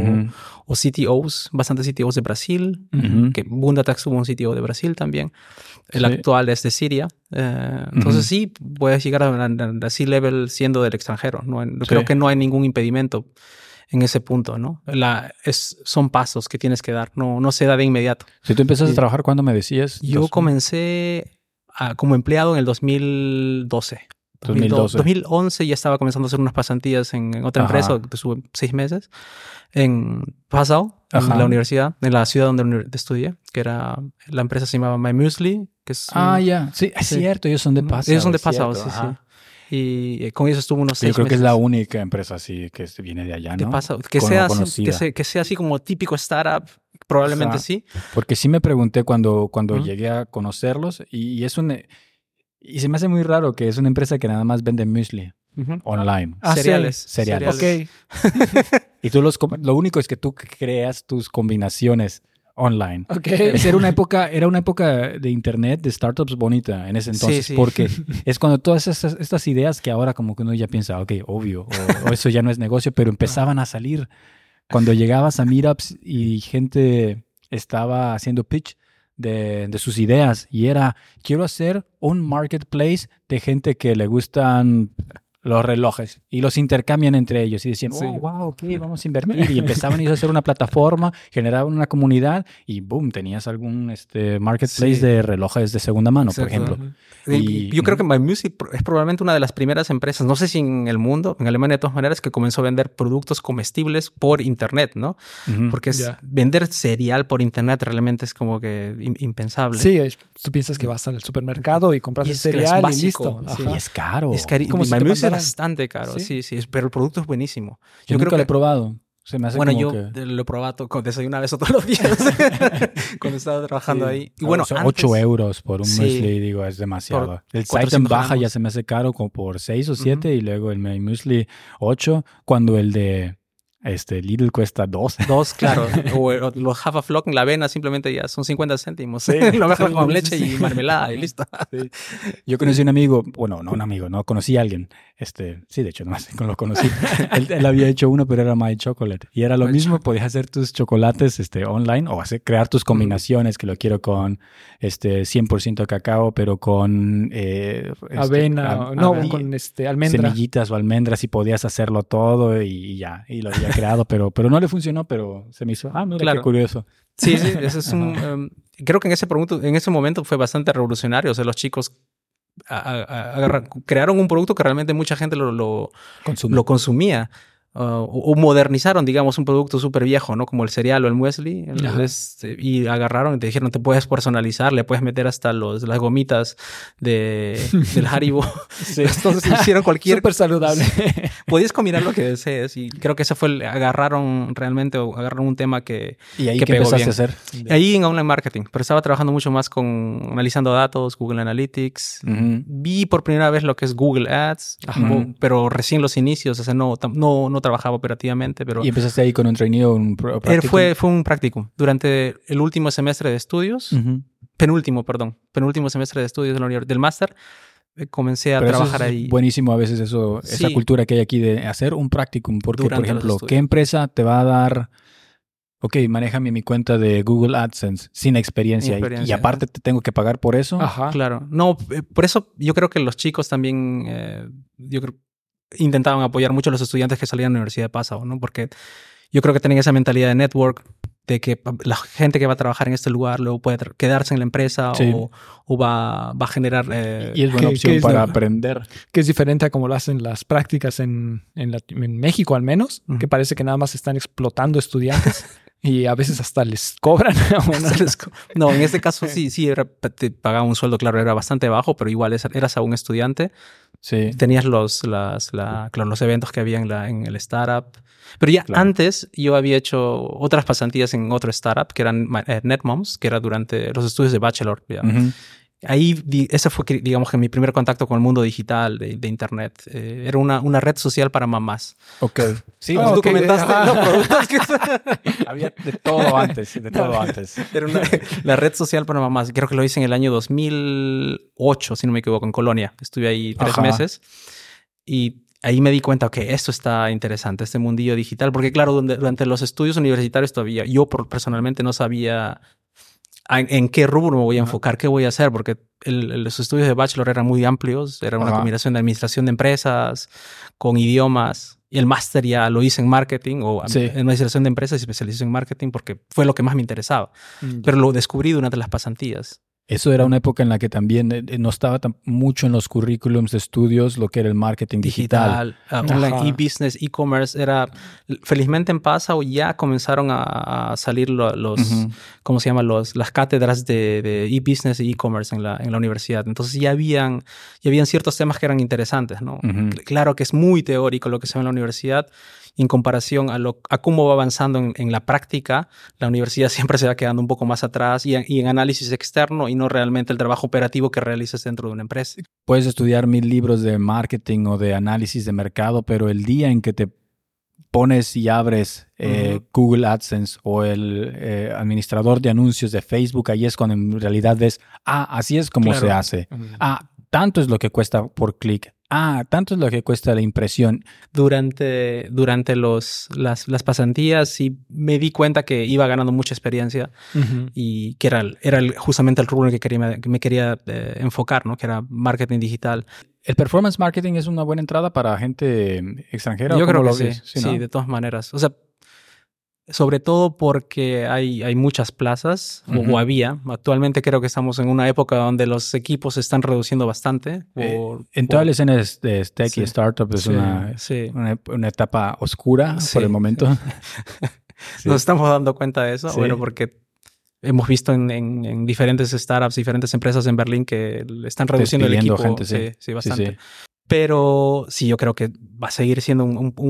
S2: CTOs, bastantes CTOs de Brasil, uh-huh. Que Bundatax tuvo un CTO de Brasil también, el actual es de Siria, entonces sí, puedes llegar a C-Level siendo del extranjero, creo que no hay ningún impedimento en ese punto, ¿no? Son pasos que tienes que dar, no se da de inmediato.
S1: Si tú empezaste a trabajar, ¿cuándo me decías?
S2: Yo comencé como empleado en el 2012. 2011 ya estaba comenzando a hacer unas pasantías en otra empresa, que estuve 6 meses, en Passau, en la universidad, en la ciudad donde estudié, que era, la empresa se llamaba My Muesli, que es...
S1: sí, es cierto, ellos son de Passau.
S2: Ellos son de Passau, sí. Y con eso estuvo unos 6 meses.
S1: Yo creo que es la única empresa así que viene de allá, ¿no?
S2: Que sea así como típico startup, probablemente sí.
S1: Porque sí me pregunté cuando llegué a conocerlos y y se me hace muy raro que es una empresa que nada más vende muesli online.
S2: Cereales.
S1: Ok. Y tú lo único es que tú creas tus combinaciones online.
S3: Okay.
S1: Era una época de internet, de startups bonita en ese entonces, porque es cuando todas estas ideas que ahora como que uno ya piensa, ok, obvio, o eso ya no es negocio, pero empezaban a salir. Cuando llegabas a meetups y gente estaba haciendo pitch de sus ideas y era, quiero hacer un marketplace de gente que le gustan los relojes y los intercambian entre ellos y decían, wow, ok, vamos a invertir, y empezaban a hacer una plataforma, generaban una comunidad y boom, tenías algún marketplace de relojes de segunda mano. Exacto. Por ejemplo.
S2: Y yo creo que My Muesli es probablemente una de las primeras empresas, no sé si en el mundo, en Alemania de todas maneras, que comenzó a vender productos comestibles por internet, ¿no? Uh-huh. Porque vender cereal por internet realmente es como que impensable.
S3: Sí, tú piensas que vas al supermercado y compras el cereal y listo.
S1: Y es caro.
S2: Es carísimo. My Muesli es bastante caro, sí, pero el producto es buenísimo.
S1: Yo creo que lo he probado. Se me hace
S2: lo he probado desayunar eso todos los días cuando estaba trabajando ahí. Y bueno,
S1: 8 euros por un muesli, digo, es demasiado. El Zeiten baja ya se me hace caro como por 6 o 7 y luego el My Muesli 8, cuando el de Lidl cuesta 2.
S2: 2, claro. O los Haferflocken, la avena simplemente ya son 50 céntimos. Sí, lo mezclas con leche y mermelada y listo.
S1: Sí. Yo conocí un amigo, bueno, no un amigo, no, conocí a alguien. Sí, de hecho, nomás lo conocí. él había hecho uno, pero era My Chocolate. Y era lo mismo, podías hacer tus chocolates online o crear tus combinaciones, que lo quiero con 100% cacao, pero con
S3: avena, con almendra.
S1: Semillitas o almendras, y podías hacerlo todo y ya. Y lo había creado, pero no le funcionó, pero se me hizo, mira, qué curioso.
S2: Sí, eso es creo que en ese momento fue bastante revolucionario. O sea, los chicos crearon un producto que realmente mucha gente lo consumía. o modernizaron, digamos, un producto súper viejo, ¿no? Como el cereal o el muesli. Y agarraron y te dijeron, te puedes personalizar, le puedes meter hasta las gomitas del Haribo.
S3: Sí.
S2: Entonces hicieron cualquier...
S3: Súper saludable.
S2: Podías combinar lo que desees. Y creo que ese fue agarraron un tema que
S1: ¿Y ahí
S2: que
S1: qué
S2: pegó
S1: empezaste
S2: bien.
S1: a hacer?
S2: Ahí en online marketing, pero estaba trabajando mucho más analizando datos, Google Analytics. Vi por primera vez lo que es Google Ads, pero recién los inicios, o sea, no trabajaba operativamente, pero...
S1: ¿Y empezaste ahí con un trainee o un practicum?
S2: Fue un practicum. Durante el último semestre de estudios, penúltimo semestre de estudios del máster, comencé a trabajar ahí.
S1: Buenísimo a veces esa cultura que hay aquí de hacer un practicum, porque, por ejemplo, ¿qué empresa te va a dar... Ok, manéjame mi cuenta de Google AdSense sin experiencia. Y aparte te tengo que pagar por eso?
S2: Ajá. Claro. No, por eso yo creo que los chicos también... intentaban apoyar mucho a los estudiantes que salían de la Universidad de Passau, ¿no? Porque yo creo que tienen esa mentalidad de network, de que la gente que va a trabajar en este lugar luego puede quedarse en la empresa o va a generar...
S1: y es buena opción para aprender.
S3: Que es diferente a como lo hacen las prácticas en México al menos, que parece que nada más están explotando estudiantes. Y a veces hasta les cobran.
S2: No, en este caso sí te pagaban un sueldo, claro, era bastante bajo, pero igual eras aún estudiante.
S1: Sí.
S2: Tenías los eventos que había en el startup. Pero ya antes yo había hecho otras pasantías en otro startup, que eran NetMoms, que era durante los estudios de bachelor. Ahí, ese fue, digamos, que mi primer contacto con el mundo digital de Internet. Era una red social para mamás.
S1: Ok.
S2: Sí, tú comentaste.
S1: Había de todo antes.
S2: Era la red social para mamás. Creo que lo hice en el año 2008, si no me equivoco, en Colonia. Estuve ahí 3 meses. Y ahí me di cuenta que esto está interesante, este mundillo digital. Porque, claro, durante los estudios universitarios todavía yo personalmente no sabía... ¿En qué rubro me voy a enfocar? ¿Qué voy a hacer? Porque los estudios de bachelor eran muy amplios. Era una combinación de administración de empresas con idiomas. Y el máster ya lo hice en marketing o en administración de empresas y especialización en marketing porque fue lo que más me interesaba. Pero lo descubrí durante las pasantías.
S1: Eso era una época en la que también no estaba mucho en los currículums de estudios lo que era el marketing digital.
S2: Online, e-business, e-commerce. Felizmente en Passau ya comenzaron a salir ¿cómo se llama? Las cátedras de e-business y e-commerce en la universidad. Entonces ya habían ciertos temas que eran interesantes, ¿no? Claro que es muy teórico lo que se ve en la universidad. En comparación a cómo va avanzando en la práctica, la universidad siempre se va quedando un poco más atrás y en análisis externo y no realmente el trabajo operativo que realizas dentro de una empresa.
S1: Puedes estudiar 1000 libros de marketing o de análisis de mercado, pero el día en que te pones y abres Google AdSense o el administrador de anuncios de Facebook, ahí es cuando en realidad ves, así es como se hace. Tanto es lo que cuesta por clic. Tanto es lo que cuesta la impresión.
S2: Durante las pasantías sí me di cuenta que iba ganando mucha experiencia y que era justamente el rubro en el que me quería enfocar, ¿no? Que era marketing digital.
S1: ¿El performance marketing es una buena entrada para gente extranjera?
S2: Yo creo que
S1: sí.
S2: Sí, de todas maneras. O sea, sobre todo porque hay muchas plazas, o había. Actualmente creo que estamos en una época donde los equipos se están reduciendo bastante.
S1: En toda la escena de tech y startup es una etapa oscura por el momento.
S2: Nos estamos dando cuenta de eso. Bueno, porque hemos visto en diferentes startups, diferentes empresas en Berlín que están reduciendo el equipo.
S1: Gente,
S2: sí, bastante. Pero sí, yo creo que va a seguir siendo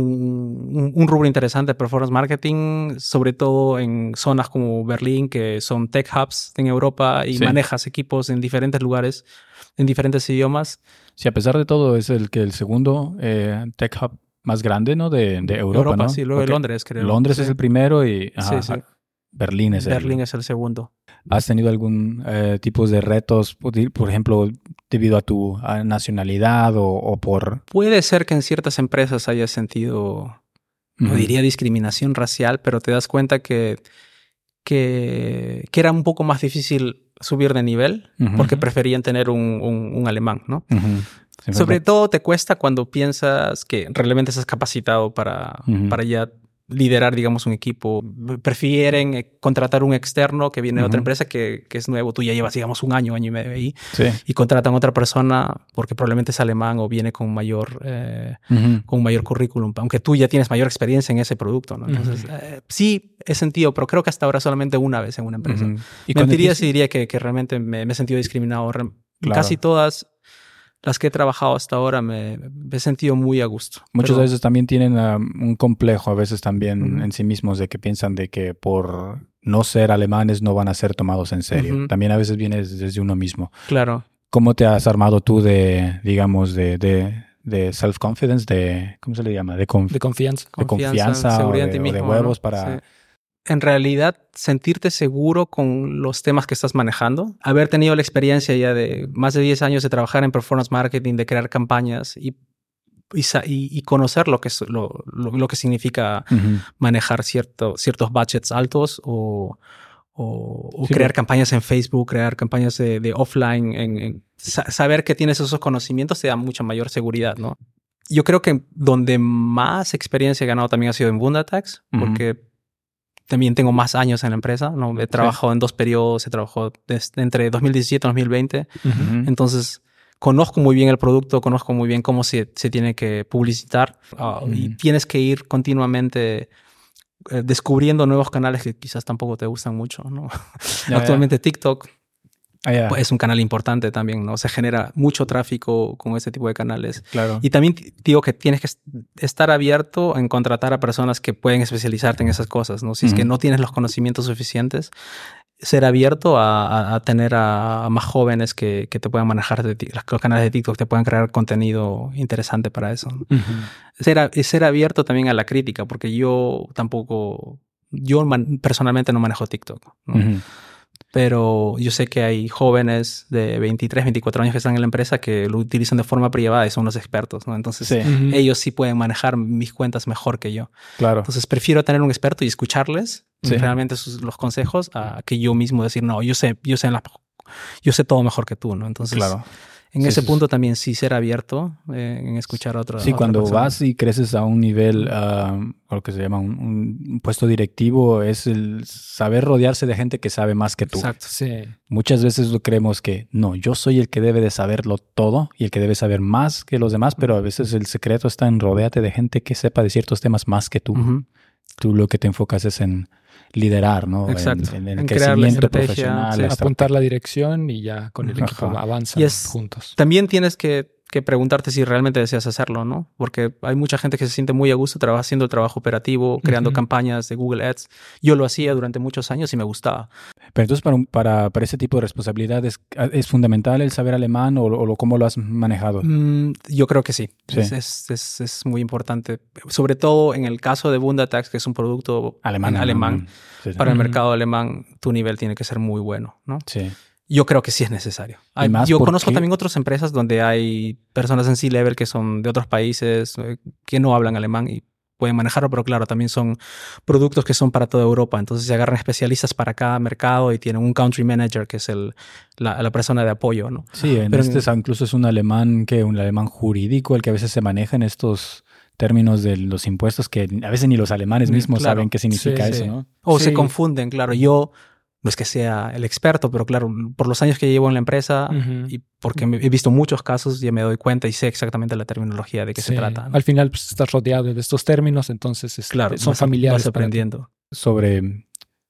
S2: un rubro interesante, performance marketing, sobre todo en zonas como Berlín, que son tech hubs en Europa y manejas equipos en diferentes lugares, en diferentes idiomas.
S1: Sí, a pesar de todo, es el segundo tech hub más grande, ¿no? de Europa, ¿no?
S2: Sí, luego de Londres, creo.
S1: Londres es el primero y Berlín es
S2: el segundo.
S1: ¿Has tenido algún tipo de retos, por ejemplo, debido a tu nacionalidad o por...?
S2: Puede ser que en ciertas empresas haya sentido, no diría discriminación racial, pero te das cuenta que era un poco más difícil subir de nivel porque preferían tener un alemán, ¿no? Sobre todo te cuesta cuando piensas que realmente estás capacitado para ya liderar, digamos, un equipo. Prefieren contratar un externo que viene de otra empresa que es nuevo. Tú ya llevas, digamos, un año y medio ahí.
S1: Sí.
S2: Y contratan a otra persona porque probablemente es alemán o viene con mayor currículum, aunque tú ya tienes mayor experiencia en ese producto, ¿no? Entonces, sí he sentido, pero creo que hasta ahora solamente una vez en una empresa.
S1: ¿Y
S2: mentiría si diría que realmente me he sentido discriminado.
S1: Claro.
S2: Casi todas las que he trabajado hasta ahora me he sentido muy a gusto.
S1: Muchas veces también tienen un complejo, a veces también en sí mismos, de que piensan de que por no ser alemanes no van a ser tomados en serio. También a veces viene desde uno mismo.
S2: Claro.
S1: ¿Cómo te has armado tú de self-confidence, ¿cómo se le llama? De confianza
S2: seguridad en ti mismo,
S1: de huevos, ¿no?
S2: para... Sí. En realidad, sentirte seguro con los temas que estás manejando. Haber tenido la experiencia ya de más de 10 años de trabajar en performance marketing, de crear campañas y conocer lo que significa manejar ciertos budgets altos o crear campañas en Facebook, crear campañas de offline. Saber que tienes esos conocimientos te da mucha mayor seguridad, ¿no? Yo creo que donde más experiencia he ganado también ha sido en Wundertax, porque también tengo más años en la empresa, ¿no? He trabajado en 2 periodos, he trabajado entre 2017 y 2020. Entonces, conozco muy bien el producto, conozco muy bien cómo se tiene que publicitar y tienes que ir continuamente descubriendo nuevos canales que quizás tampoco te gustan mucho, ¿no? Actualmente TikTok pues es un canal importante también, ¿no? Se genera mucho tráfico con ese tipo de canales.
S1: Claro.
S2: Y también digo que tienes que estar abierto en contratar a personas que pueden especializarte en esas cosas, ¿no? Si es que no tienes los conocimientos suficientes, ser abierto a tener a más jóvenes que te puedan manejar los canales de TikTok, te puedan crear contenido interesante para eso, ¿no? Ser abierto también a la crítica, porque yo personalmente no manejo TikTok, ¿no? Pero yo sé que hay jóvenes de 23, 24 años que están en la empresa que lo utilizan de forma privada y son los expertos, ¿no? Entonces, ellos sí pueden manejar mis cuentas mejor que yo.
S1: Claro.
S2: Entonces, prefiero tener un experto y escucharles realmente los consejos a que yo mismo decir, no, yo sé todo mejor que tú, ¿no? Entonces,
S1: claro.
S2: En ese punto también sí ser abierto en escuchar a otra.
S1: Sí, cuando vas y creces a un nivel, lo que se llama un puesto directivo, es el saber rodearse de gente que sabe más que tú.
S2: Exacto.
S3: Sí.
S1: Muchas veces lo creemos que no, yo soy el que debe de saberlo todo y el que debe saber más que los demás, pero a veces el secreto está en rodearte de gente que sepa de ciertos temas más que tú. Tú lo que te enfocas es en liderar, ¿no?
S2: Exacto.
S1: En el crecimiento
S2: profesional.
S3: Sí, apuntar la dirección y ya con el equipo avanzan juntos.
S2: También tienes que preguntarte si realmente deseas hacerlo, ¿no? Porque hay mucha gente que se siente muy a gusto haciendo el trabajo operativo, creando campañas de Google Ads. Yo lo hacía durante muchos años y me gustaba.
S1: Pero entonces para ese tipo de responsabilidades, ¿es fundamental el saber alemán o cómo lo has manejado?
S2: Yo creo que sí. Es muy importante. Sobre todo en el caso de Wundertax, que es un producto alemán. Sí. Para el mercado alemán, tu nivel tiene que ser muy bueno, ¿no?
S1: Sí.
S2: Yo creo que sí es necesario. Yo conozco también otras empresas donde hay personas en C-level que son de otros países que no hablan alemán y pueden manejarlo, pero claro, también son productos que son para toda Europa. Entonces se agarran especialistas para cada mercado y tienen un country manager que es la persona de apoyo, ¿no?
S1: Sí, incluso es un alemán jurídico el que a veces se maneja en estos términos de los impuestos que a veces ni los alemanes mismos saben qué significa eso, ¿no?
S2: O se confunden, claro. Yo no es que sea el experto, pero claro, por los años que llevo en la empresa y porque he visto muchos casos, ya me doy cuenta y sé exactamente la terminología de qué se trata, ¿no?
S3: Al final pues, estás rodeado de estos términos, entonces son familiares.
S2: Vas aprendiendo.
S1: Sobre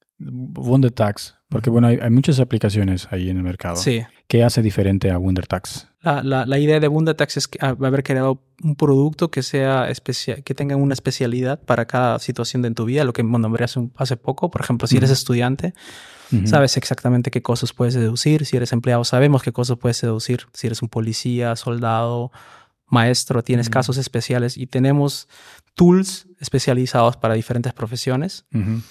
S1: Wundertax, porque bueno, hay muchas aplicaciones ahí en el mercado.
S2: Sí.
S1: ¿Qué hace diferente a Wundertax?
S2: La idea de Wundertax es haber creado un producto que sea que tenga una especialidad para cada situación de tu vida, lo que nombré hace poco. Por ejemplo, si eres estudiante, sabes exactamente qué cosas puedes deducir. Si eres empleado, sabemos qué cosas puedes deducir. Si eres un policía, soldado, maestro, tienes casos especiales y tenemos tools especializados para diferentes profesiones.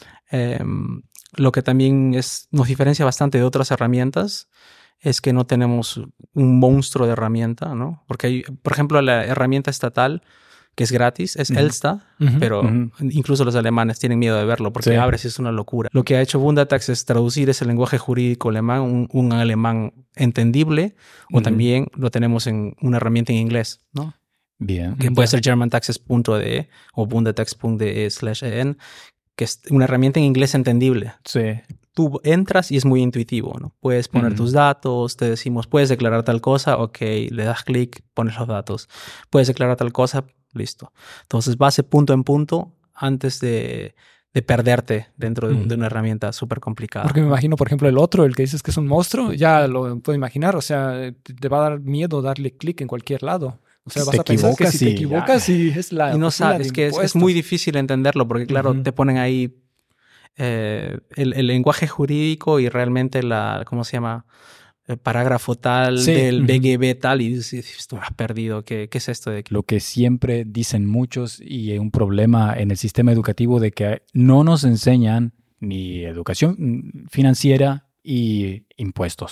S2: Lo que también nos diferencia bastante de otras herramientas es que no tenemos un monstruo de herramienta, ¿no? Porque hay, por ejemplo, la herramienta estatal que es gratis, es Elsta, pero incluso los alemanes tienen miedo de verlo porque abres y es una locura. Lo que ha hecho Wundertax es traducir ese lenguaje jurídico alemán, un alemán entendible, o también lo tenemos en una herramienta en inglés, ¿no?
S1: Bien.
S2: Que puede ser germantaxes.de o bundetext.de/en, que es una herramienta en inglés entendible.
S1: Sí.
S2: Tú entras y es muy intuitivo, ¿no? Puedes poner tus datos, te decimos, puedes declarar tal cosa, ok, le das clic, pones los datos. Puedes declarar tal cosa, listo. Entonces vas de punto en punto antes de perderte dentro de una herramienta súper complicada.
S3: Porque me imagino, por ejemplo, el otro, el que dices que es un monstruo, ya lo puedo imaginar. O sea, te va a dar miedo darle clic en cualquier lado. O sea, vas a pensar que si te equivocas y es la...
S2: Y no sabes, que es muy difícil entenderlo porque, claro, te ponen ahí el lenguaje jurídico y realmente ¿cómo se llama? El parágrafo tal del BGB tal y dices, tú has perdido, ¿qué es esto de aquí?
S1: Lo que siempre dicen muchos y un problema en el sistema educativo de que no nos enseñan ni educación financiera y impuestos.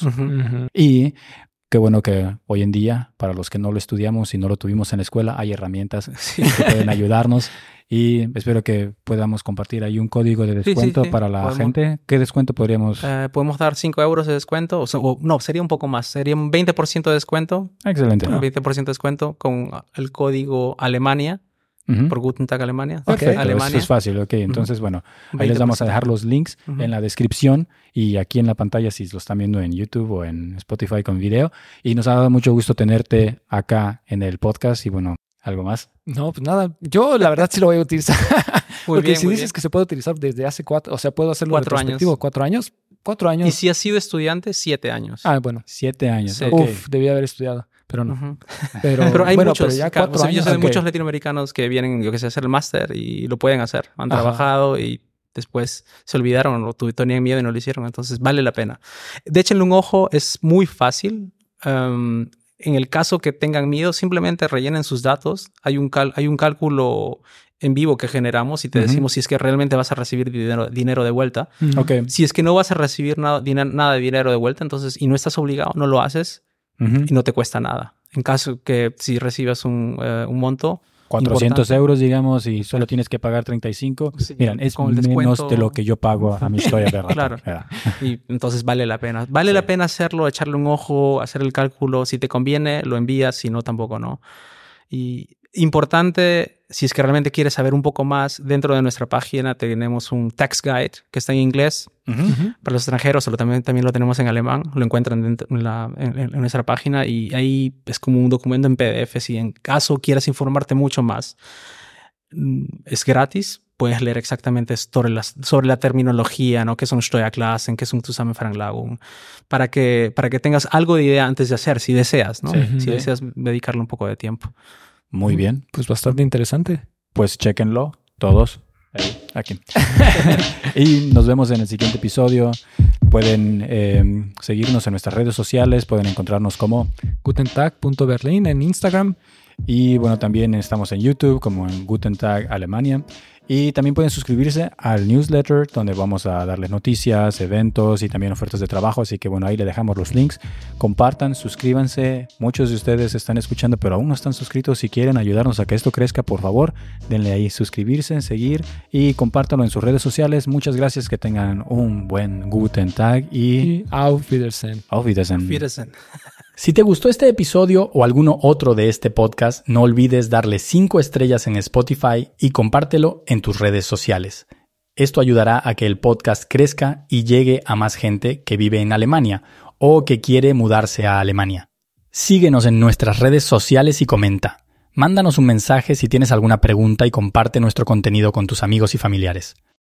S1: Y qué bueno que hoy en día, para los que no lo estudiamos y no lo tuvimos en la escuela, hay herramientas que pueden ayudarnos. Y espero que podamos compartir ahí un código de descuento para la gente. ¿Qué descuento podríamos?
S2: Podemos dar 5 euros de descuento. No, sería un poco más. Sería un 20% de descuento.
S1: Excelente.
S2: Un 20% de descuento con el código Alemania. Por Guten Tag Alemania.
S1: Perfecto, Alemania. Eso es fácil. Ok, entonces, bueno, ahí les vamos a dejar los links en la descripción y aquí en la pantalla si lo están viendo en YouTube o en Spotify con video. Y nos ha dado mucho gusto tenerte acá en el podcast y bueno, ¿algo más?
S3: No, pues nada. Yo la verdad sí lo voy a utilizar. Porque si dices que se puede utilizar desde hace 4, o sea, puedo hacerlo
S2: 4 años.
S3: 4 años. 4 años.
S2: Y si has sido estudiante, 7 años.
S3: Ah, bueno.
S1: 7 años.
S3: Sí. Okay. Debí haber estudiado, pero no.
S2: Pero hay muchos.
S3: Pero ya 4 años.
S2: Yo sé de muchos latinoamericanos que vienen, yo que sé, a hacer el máster y lo pueden hacer. Han trabajado y después se olvidaron o tenían miedo y no lo hicieron. Entonces vale la pena. De hecho, en un ojo es muy fácil. En el caso que tengan miedo, simplemente rellenen sus datos. Hay un cálculo en vivo que generamos y te decimos si es que realmente vas a recibir dinero de vuelta. Si es que no vas a recibir nada de dinero de vuelta, entonces, y no estás obligado, no lo haces y no te cuesta nada. En caso que si recibas un monto...
S1: 400 euros, digamos, y solo tienes que pagar 35. Sí, miran, es menos de lo que yo pago a mi historia de rato.
S2: Claro. Y entonces vale la pena. Vale la pena hacerlo, echarle un ojo, hacer el cálculo. Si te conviene, lo envías. Si no, tampoco no. Y importante, si es que realmente quieres saber un poco más, dentro de nuestra página tenemos un tax guide que está en inglés para los extranjeros, también lo tenemos en alemán, lo encuentran en nuestra página y ahí es como un documento en PDF. Si en caso quieras informarte mucho más, es gratis. Puedes leer exactamente sobre la terminología, ¿no? ¿Qué son Steuerklassen? ¿Qué son Zusammenveranlagung? Para que tengas algo de idea antes de hacer, si deseas, ¿no? Si deseas dedicarle un poco de tiempo.
S1: Muy bien.
S3: Pues bastante interesante.
S1: Pues chéquenlo todos. Aquí. Y nos vemos en el siguiente episodio. Pueden seguirnos en nuestras redes sociales. Pueden encontrarnos como
S3: gutentag.berlin en Instagram.
S1: Y bueno, también estamos en YouTube como en Guten Tag Alemania. Y también pueden suscribirse al newsletter donde vamos a darles noticias, eventos y también ofertas de trabajo. Así que bueno, ahí le dejamos los links. Compartan, suscríbanse. Muchos de ustedes están escuchando pero aún no están suscritos. Si quieren ayudarnos a que esto crezca, por favor, denle ahí suscribirse, seguir y compártanlo en sus redes sociales. Muchas gracias, que tengan un buen Guten Tag y
S3: Auf Wiedersehen.
S1: Auf Wiedersehen.
S2: Auf Wiedersehen.
S1: Si te gustó este episodio o alguno otro de este podcast, no olvides darle 5 estrellas en Spotify y compártelo en tus redes sociales. Esto ayudará a que el podcast crezca y llegue a más gente que vive en Alemania o que quiere mudarse a Alemania. Síguenos en nuestras redes sociales y comenta. Mándanos un mensaje si tienes alguna pregunta y comparte nuestro contenido con tus amigos y familiares.